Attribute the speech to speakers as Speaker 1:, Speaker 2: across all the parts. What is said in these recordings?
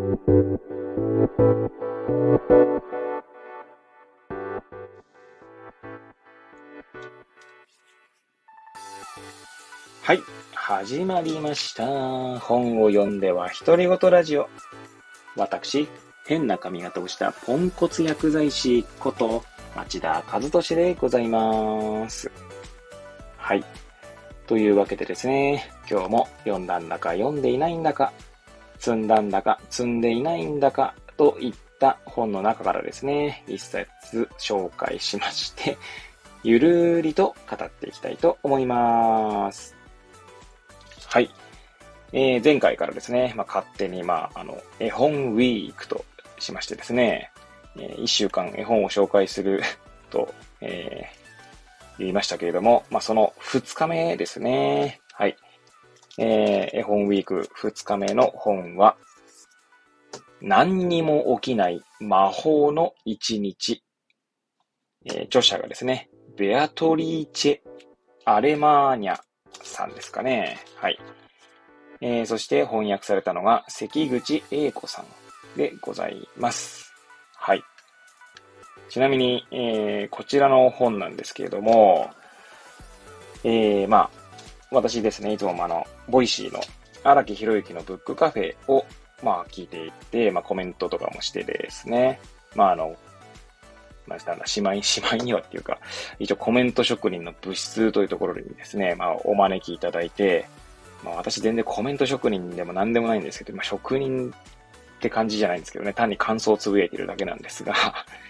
Speaker 1: はい、始まりました。本を読んでは独り言ラジオ。私、変な髪型をしたポンコツ薬剤師こと町田和俊でございます。はい。というわけでですね、今日も読んだんだか読んでいないんだか、積んだんだか積んでいないんだかといった本の中からですね、一冊紹介しまして、ゆるーりと語っていきたいと思います。はい。前回からですね、勝手に、絵本ウィークとしましてですね、1週間絵本を紹介すると、言いましたけれども、その2日目ですね。はい。絵本ウィーク2日目の本は、何にも起きない魔法の一日。著者がですね、ベアトリーチェ・アレマーニャさんですかね。はい。そして翻訳されたのが関口英子さんでございます。はい。ちなみに、こちらの本なんですけれども、私ですね、いつもボイシーの荒木博之のブックカフェを、聞いていて、コメントとかもしてですね、しまいにはっていうか、一応コメント職人の部室というところにですね、お招きいただいて、私全然コメント職人でも何でもないんですけど、職人って感じじゃないんですけどね、単に感想をつぶやいているだけなんですが、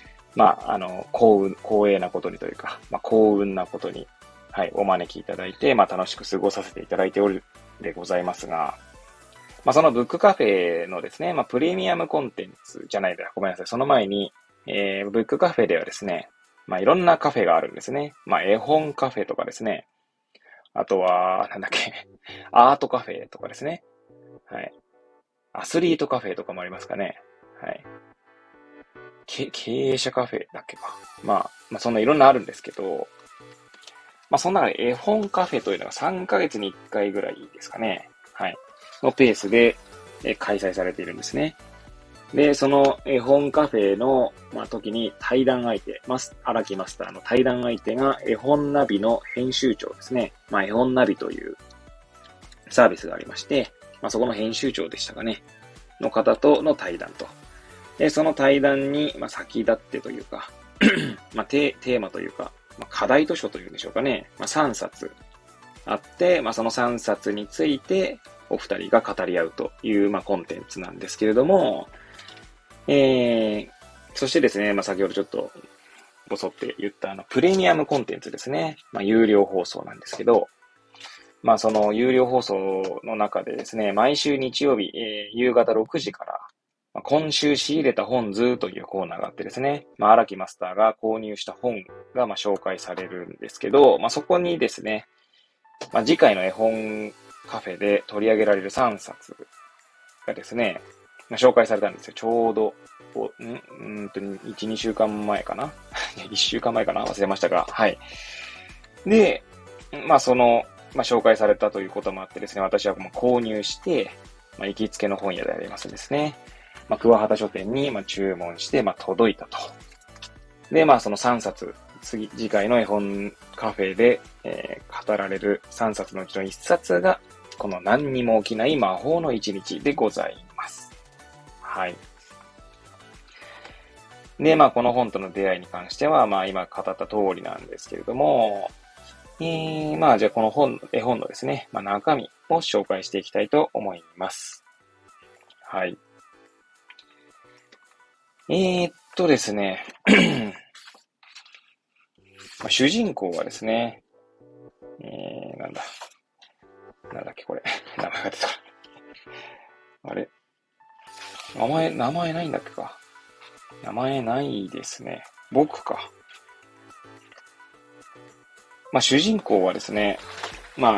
Speaker 1: 光栄なことにというか、幸運なことに、はい、お招きいただいて、楽しく過ごさせていただいておるでございますが、そのブックカフェのですね、プレミアムコンテンツじゃないです。ごめんなさい。その前に、ブックカフェではですね、いろんなカフェがあるんですね。絵本カフェとかですね。あとは、アートカフェとかですね。はい。アスリートカフェとかもありますかね。はい。経営者カフェだっけか。そんないろんなあるんですけど、その中で絵本カフェというのが3ヶ月に1回ぐらいですかね。はい。のペースで開催されているんですね。で、その絵本カフェの、時に対談相手、荒木マスターの対談相手が絵本ナビの編集長ですね。絵本ナビというサービスがありまして、そこの編集長でしたかね。の方との対談と。で、その対談に、先立ってというか、テーマというか、課題図書というんでしょうかね。3冊あって、その3冊について、お二人が語り合うという、コンテンツなんですけれども、そしてですね、先ほどちょっと、ぼそって言ったプレミアムコンテンツですね。有料放送なんですけど、その有料放送の中でですね、毎週日曜日、夕方6時から、今週仕入れた本図というコーナーがあってですね、荒木マスターが購入した本が紹介されるんですけど、そこにですね、次回の絵本カフェで取り上げられる3冊がですね、紹介されたんですよ。ちょうど、1、2週間前かな1週間前かな忘れましたが、はい。で、紹介されたということもあってですね、私は購入して、行きつけの本屋でありますですね。桑畑書店に注文して、届いたと。で、その3冊、次回の絵本カフェで、語られる3冊のうちの1冊が、この何にも起きない魔法の一日でございます。はい。で、この本との出会いに関しては、今語った通りなんですけれども、じゃあこの絵本のですね、中身を紹介していきたいと思います。はい。ですね、主人公はですね、なんだっけこれ。名前が出た。あれ名前ないんだっけか。名前ないですね。僕か。主人公はですね、でも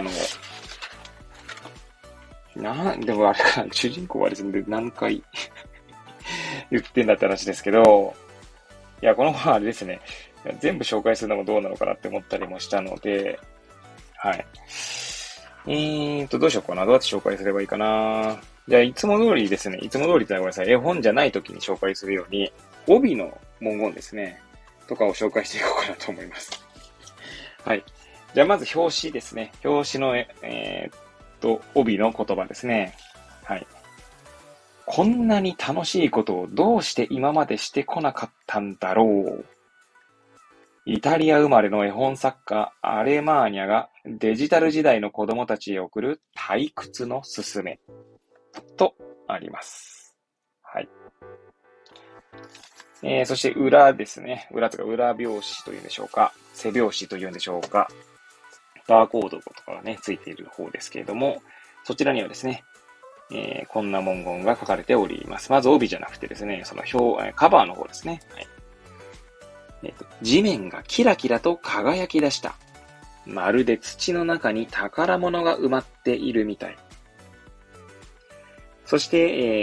Speaker 1: あれかな、主人公はですね、何回言ってんだって話ですけど、いや、この本はあれですね、全部紹介するのもどうなのかなって思ったりもしたので、はい。どうしようかな。どうやって紹介すればいいかな。 じゃあ、いつも通りですね。いつも通りってごめんなさい。絵本じゃない時に紹介するように、帯の文言ですね。とかを紹介していこうかなと思います。はい。じゃあ、まず表紙ですね。表紙の、帯の言葉ですね。はい。こんなに楽しいことをどうして今までしてこなかったんだろう。イタリア生まれの絵本作家アレマーニャがデジタル時代の子供たちへ送る退屈のすすめとあります。はい。そして裏ですね。裏とか裏表紙というんでしょうか。背表紙というんでしょうか。バーコードとかがね、ついている方ですけれども、そちらにはですね、こんな文言が書かれております。まず帯じゃなくてですね、そのカバーの方ですね。はい。地面がキラキラと輝き出した。まるで土の中に宝物が埋まっているみたい。そして、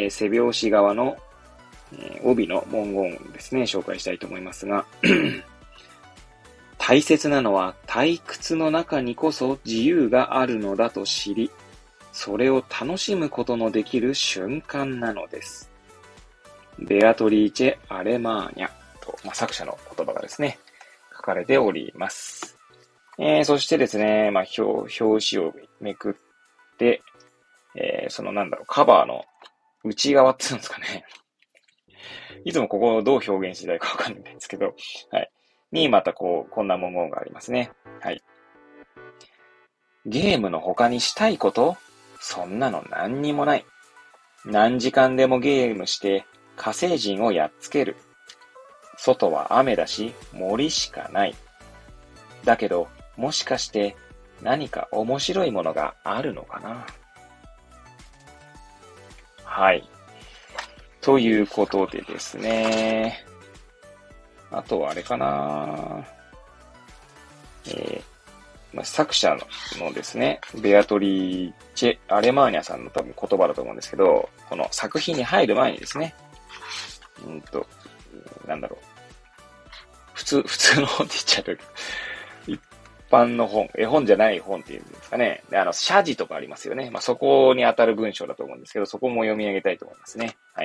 Speaker 1: 背表紙側の、帯の文言ですね、紹介したいと思いますが、大切なのは退屈の中にこそ自由があるのだと知り、それを楽しむことのできる瞬間なのです。ベアトリーチェ・アレマーニャと、作者の言葉がですね、書かれております。そしてですね、表紙をめくって、カバーの内側っていうんですかね。いつもここをどう表現したいかわかんないんですけど、はい。に、またこんな文言がありますね。はい。ゲームの他にしたいこと？そんなの何にもない。何時間でもゲームして火星人をやっつける。外は雨だし森しかない。だけど、もしかして何か面白いものがあるのかな？はい。ということでですね。あとはあれかな。作者のですね、ベアトリーチェ・アレマーニャさんの多分言葉だと思うんですけど、この作品に入る前にですね、なんだろう。普通の本って言っちゃうと、一般の本、絵本じゃない本っていうんですかね。で、謝辞とかありますよね。そこに当たる文章だと思うんですけど、そこも読み上げたいと思いますね。はい。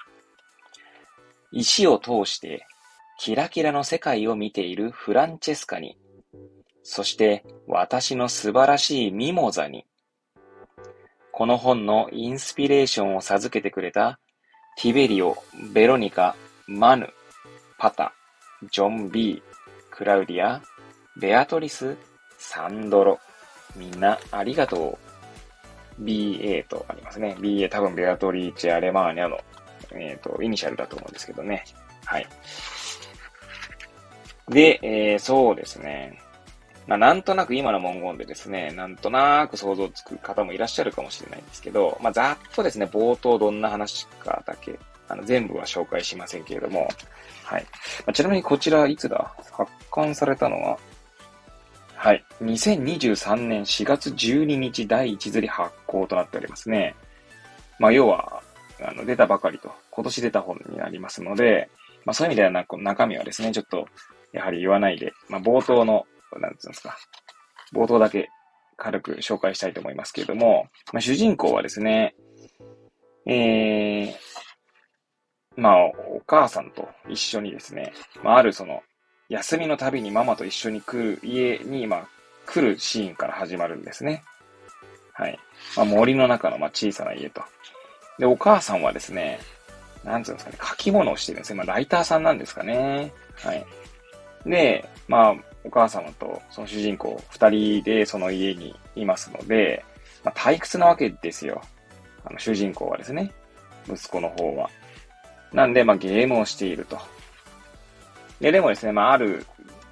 Speaker 1: 石を通して、キラキラの世界を見ているフランチェスカに、そして私の素晴らしいミモザに、この本のインスピレーションを授けてくれたティベリオ、ベロニカ、マヌ、パタ、ジョン・ビー、クラウディア、ベアトリス、サンドロ。みんなありがとう。BA とありますね。BA 多分ベアトリーチェ・アレマーニャの、イニシャルだと思うんですけどね。はい。で、そうですね。なんとなく今の文言でですね、なんとなく想像つく方もいらっしゃるかもしれないんですけど、ざっとですね、冒頭どんな話かだけ、全部は紹介しませんけれども、はい。ちなみにこちらいつだ？発刊されたのは、はい。2023年4月12日第1釣り発行となっておりますね。要は、出たばかりと、今年出た本になりますので、そういう意味では中身はですね、ちょっと、やはり言わないで、冒頭の、なんつうんですか、冒頭だけ軽く紹介したいと思いますけれども、主人公はですね、お母さんと一緒にですね、ある休みのたびにママと一緒に来る家に、来るシーンから始まるんですね。はい。森の中の小さな家と。で、お母さんはですね、なんつうんですかね、書き物をしてるんですね。ライターさんなんですかね。はい。で、お母様とその主人公二人でその家にいますので、退屈なわけですよ。主人公はですね、息子の方は。なんで、ゲームをしていると。でもですね、ある、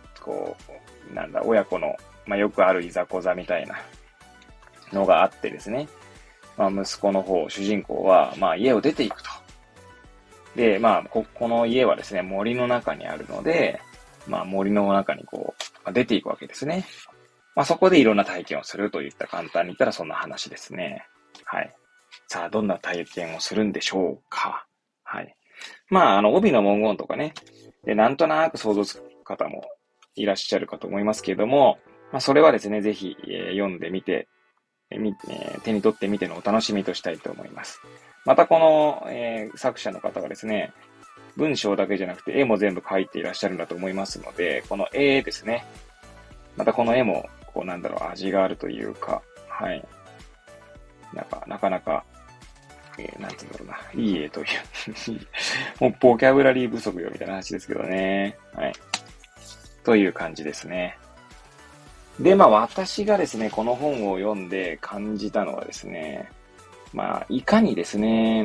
Speaker 1: 親子の、よくあるいざこざみたいなのがあってですね、息子の方、主人公は、家を出ていくと。で、この家はですね、森の中にあるので、森の中に出ていくわけですね。そこでいろんな体験をするといった簡単に言ったらそんな話ですね。はい。さあ、どんな体験をするんでしょうか。はい。帯の文言とかね、で、なんとなく想像つく方もいらっしゃるかと思いますけれども、それはですね、ぜひ、読んでみて手に取ってみてのお楽しみとしたいと思います。またこの、作者の方がですね、文章だけじゃなくて絵も全部描いていらっしゃるんだと思いますので、この絵ですね。またこの絵も、味があるというか、はい。なかなか、なんていうんだろうな、いい絵というもうボキャブラリー不足よみたいな話ですけどね。はい。という感じですね。で、私がですね、この本を読んで感じたのはですね、いかにですね、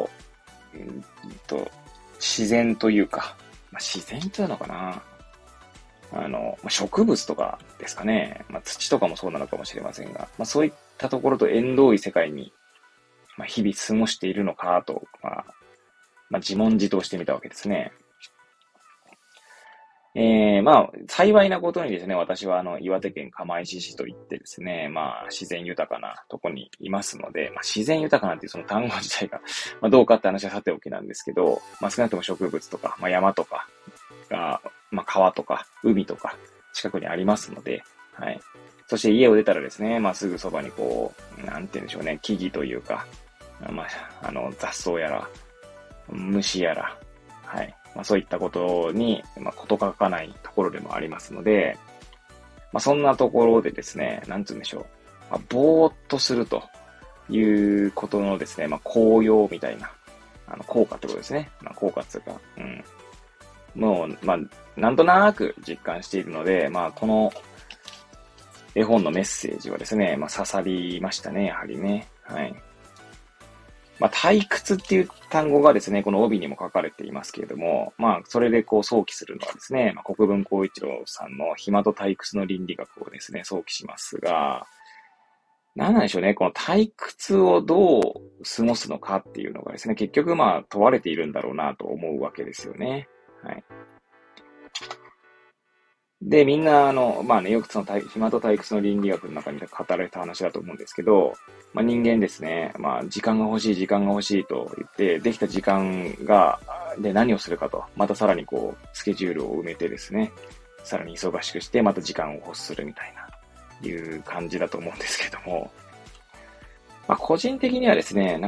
Speaker 1: 自然というか、自然というのかな。植物とかですかね。土とかもそうなのかもしれませんが、そういったところと縁遠い世界に、日々過ごしているのかと、自問自答してみたわけですね。幸いなことにですね、私は岩手県釜石市といってですね、自然豊かなとこにいますので、自然豊かなっていうその単語自体が、どうかって話はさておきなんですけど、少なくとも植物とか、山とかが、川とか、海とか、近くにありますので、はい。そして家を出たらですね、すぐそばになんて言うんでしょうね、木々というか、雑草やら、虫やら、はい。そういったことに、こと書かないところでもありますので、そんなところでですね、なんつうんでしょう。ぼーっとするということのですね、効用みたいな、効果ってことですね。効果っていうか、もう、なんとなく実感しているので、この絵本のメッセージはですね、刺さりましたね、やはりね。はい。退屈っていう単語がですね、この帯にも書かれていますけれども、それで想起するのはですね、国分光一郎さんの暇と退屈の倫理学をですね、想起しますが、なんでしょうね、この退屈をどう過ごすのかっていうのがですね、結局問われているんだろうなと思うわけですよね。はい。で、みんな、よくその暇と退屈の倫理学の中に語られた話だと思うんですけど、人間ですね、時間が欲しい、時間が欲しいと言って、できた時間で何をするかと、またさらにスケジュールを埋めてですね、さらに忙しくして、また時間を欲するみたいな、いう感じだと思うんですけども、個人的にはですね、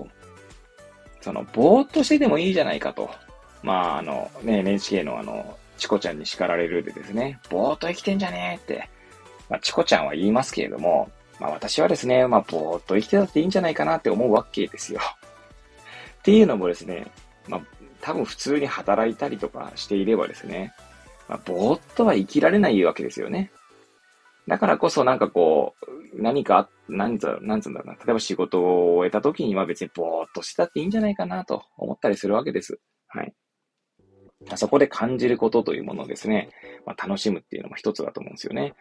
Speaker 1: ぼーっとしててもいいじゃないかと。NHK のチコちゃんに叱られるでですね、ぼーっと生きてんじゃねーって、チコちゃんは言いますけれども、私はですね、ぼーっと生きてたっていいんじゃないかなって思うわけですよ。っていうのもですね、多分普通に働いたりとかしていればですね、ぼーっとは生きられないわけですよね。だからこそなんつうんだろうな。例えば仕事を終えた時には別にぼーっとしてたっていいんじゃないかなと思ったりするわけです。はい。そこで感じることというものをですね、楽しむっていうのも一つだと思うんですよね。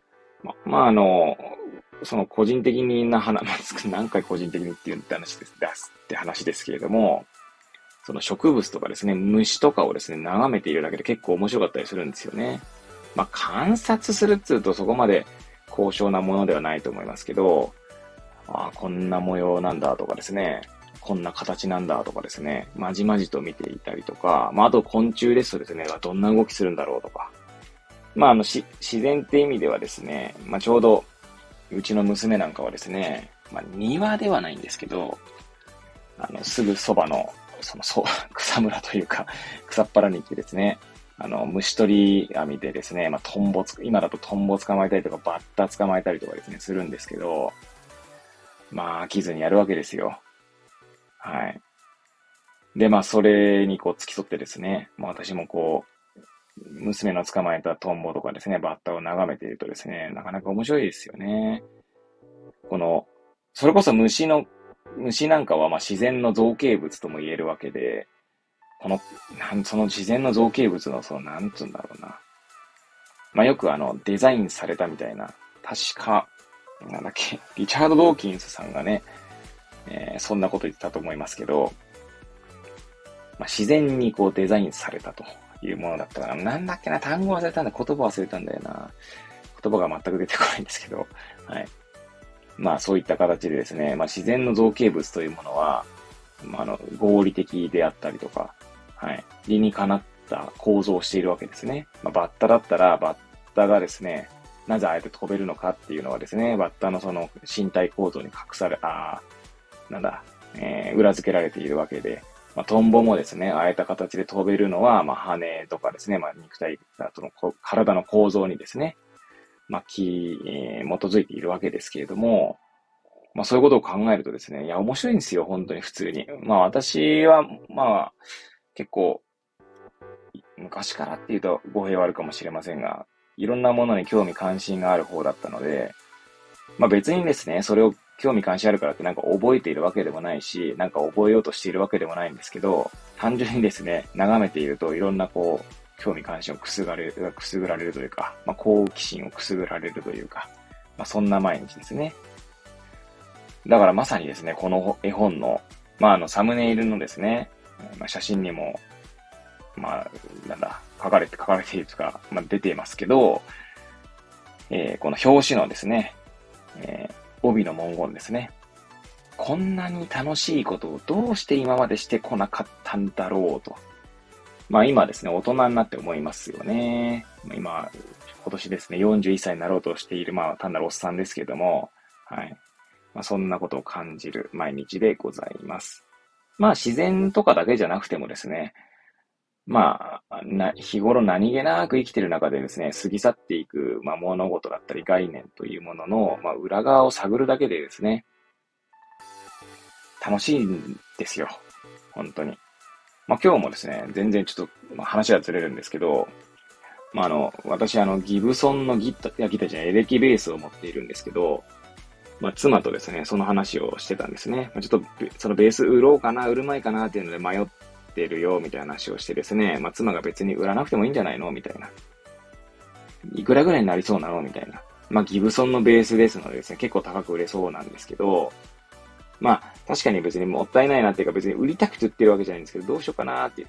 Speaker 1: その個人的な何回個人的にっていう話ですけれども、その植物とかですね、虫とかをですね、眺めているだけで結構面白かったりするんですよね。観察するっつうとそこまで高尚なものではないと思いますけど、こんな模様なんだとかですね、こんな形なんだとかですね、まじまじと見ていたりとか、あと昆虫ですとですね、どんな動きするんだろうとか。自然って意味ではですね、ちょうど、うちの娘なんかはですね、庭ではないんですけど、すぐそばの、草むらというか、草っ腹に行ってですね、虫取り網でですね、今だとトンボ捕まえたりとか、バッタ捕まえたりとかですね、するんですけど、飽きずにやるわけですよ。はい。で、それに付き添ってですね、私も娘の捕まえたトンボとかですね、バッタを眺めているとですね、なかなか面白いですよね。それこそ虫なんかは自然の造形物とも言えるわけで、その自然の造形物のなんつうんだろうな。よくデザインされたみたいな、確か、なんだっけ、リチャード・ドーキンスさんがね、そんなこと言ってたと思いますけど、自然にデザインされたというものだったかな。なんだっけな、単語忘れたんだ、言葉忘れたんだよな。言葉が全く出てこないんですけど、はい。そういった形でですね、自然の造形物というものは、合理的であったりとか、はい。理にかなった構造をしているわけですね。バッタだったら、バッタがですね、 なぜあえて飛べるのかっていうのはですね、バッタのその身体構造に隠され、裏付けられているわけで、まあ、トンボもですね、ああいった形で飛べるのは、まあ、羽とかですね、まあ、肉体だとの体の構造にですね、まあ、基づいているわけですけれども、まあ、そういうことを考えるとですね、いや、面白いんですよ、本当に普通に。まあ、私は、まあ、結構、昔からっていうと語弊はあるかもしれませんが、いろんなものに興味関心がある方だったので、まあ別にですね、それを興味関心あるからってなんか覚えているわけでもないし、なんか覚えようとしているわけでもないんですけど、単純にですね、眺めているといろんなこう、興味関心をくすぐられるというか、まあ好奇心をくすぐられるというか、まあそんな毎日ですね。だからまさにですね、この絵本の、まあサムネイルのですね、まあ、写真にも、まあ、書かれているとか、まあ出ていますけど、この表紙のですね、帯の文言ですね。こんなに楽しいことをどうして今までしてこなかったんだろうと。まあ今ですね、大人になって思いますよね。今年ですね、41歳になろうとしている、まあ単なるおっさんですけれども、はい。まあそんなことを感じる毎日でございます。まあ自然とかだけじゃなくてもですね、まあ、日頃何気なく生きている中でですね、過ぎ去っていく、まあ、物事だったり概念というものの、まあ、裏側を探るだけでですね、楽しいんですよ。本当に。まあ、今日もですね、全然ちょっと、まあ、話はずれるんですけど、まあ、私、ギブソンのギターじゃない、エレキベースを持っているんですけど、まあ、妻とですね、その話をしてたんですね。まあ、ちょっと、そのベース売ろうかな、売るまいかなっていうので迷ってるよ、みたいな話をしてですね、まあ、妻が別に売らなくてもいいんじゃないのみたいな。いくらぐらいになりそうなのみたいな。まあ、ギブソンのベースですのでですね、結構高く売れそうなんですけど、まあ、確かに別にもったいないなっていうか別に売りたくて売ってるわけじゃないんですけど、どうしようかなっていう。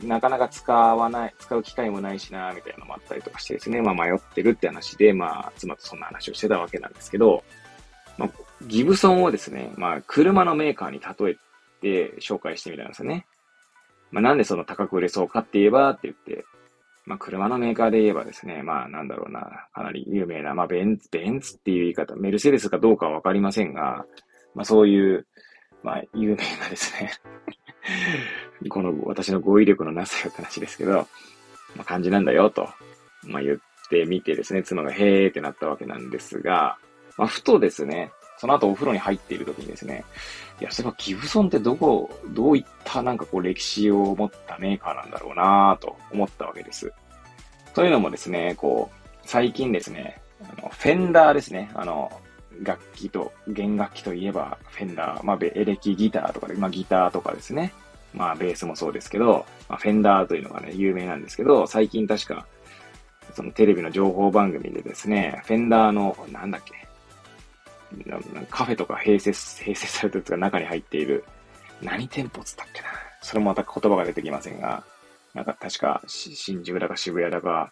Speaker 1: なかなか使う機会もないしな、みたいなのもあったりとかしてですね、まあ迷ってるって話で、まあ、妻とそんな話をしてたわけなんですけど、まあ、ギブソンをですね、まあ、車のメーカーに例えて紹介してみたんですよね。まあ、なんでその高く売れそうかって言えばって言って、まあ、車のメーカーで言えばですね、まあ、なんだろうな、かなり有名な、まあ、ベンツっていう言い方、メルセデスかどうかはわかりませんが、まあ、そういう、まあ、有名なですね、この私の語彙力のなさよって話ですけど、まあ、感じなんだよと、まあ、言ってみてですね、妻がへーってなったわけなんですが、まあ、ふとですね、その後お風呂に入っている時にですね、いや、そういえばギブソンってどういったなんかこう歴史を持ったメーカーなんだろうなと思ったわけです。というのもですね、こう、最近ですね、フェンダーですね、弦楽器といえばフェンダー、まあ、エレキギターとかで、まあ、ギターとかですね、まあ、ベースもそうですけど、まあ、フェンダーというのがね、有名なんですけど、最近確か、そのテレビの情報番組でですね、フェンダーの、なんだっけ、カフェとか併設されたやつが中に入っている、何店舗つったっけな。それもまた言葉が出てきませんが、なんか確か、新宿だか渋谷だか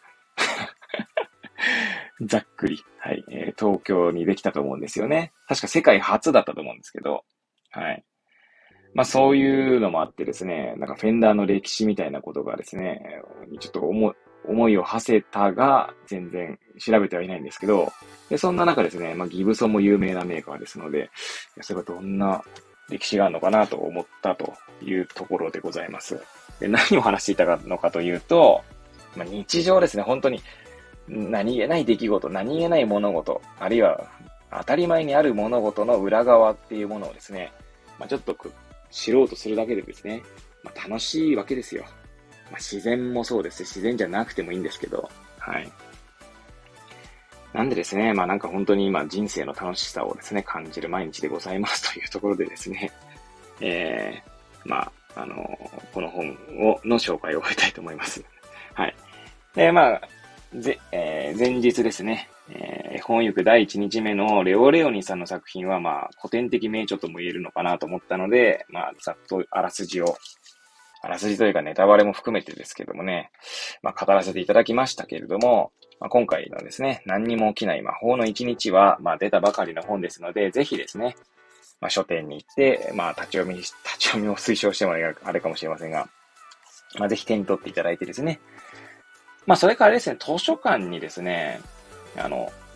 Speaker 1: ざっくり、はい、東京にできたと思うんですよね。確か世界初だったと思うんですけど、はい。まあそういうのもあってですね、なんかフェンダーの歴史みたいなことがですね、ちょっと思いを馳せたが、全然調べてはいないんですけど、で、そんな中ですね、まあギブソンも有名なメーカーですので、それがどんな歴史があるのかなと思ったというところでございます。で、何を話していたのかというと、まあ、日常ですね、本当に何気ない出来事、何気ない物事、あるいは当たり前にある物事の裏側っていうものをですね、まあ、ちょっと知ろうとするだけでですね、まあ、楽しいわけですよ。まあ、自然もそうですし、自然じゃなくてもいいんですけど、はい。なんでですね、まあなんか本当に今人生の楽しさをですね、感じる毎日でございますというところでですね、まあ、この本の紹介を終えたいと思います。はい。まあ、前日ですね、本行く第1日目のレオレオニさんの作品は、まあ、古典的名著とも言えるのかなと思ったので、まあ、ざっとあらすじというかネタバレも含めてですけどもね、まあ、語らせていただきましたけれども、まあ、今回のですね、何にも起きない魔法の1日は、まあ、出たばかりの本ですので、ぜひですね、まあ、書店に行って、まあ、立ち読みを推奨してもあれかもしれませんが、まあ、ぜひ手に取っていただいてですね、まあ、それからですね、図書館にですね、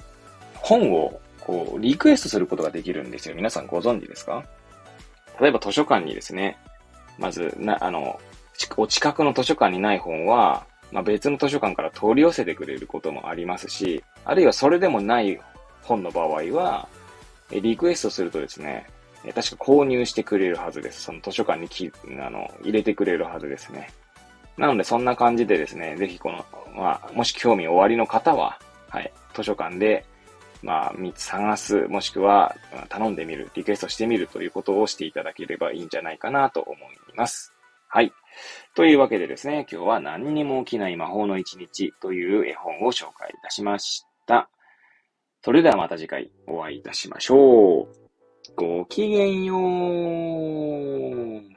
Speaker 1: 本をこうリクエストすることができるんですよ。皆さんご存知ですか？例えば図書館にですね、まずお近くの図書館にない本は、別の図書館から取り寄せてくれることもありますし、あるいはそれでもない本の場合は、リクエストするとですね、確か購入してくれるはずです。その図書館に入れてくれるはずですね。なので、そんな感じでですね、ぜひもし興味おありの方は、はい、図書館で、探す、もしくは、頼んでみる、リクエストしてみるということをしていただければいいんじゃないかなと思います。はい。というわけでですね、今日は何にも起きない魔法の一日という絵本を紹介いたしました。それではまた次回お会いいたしましょう。ごきげんよう。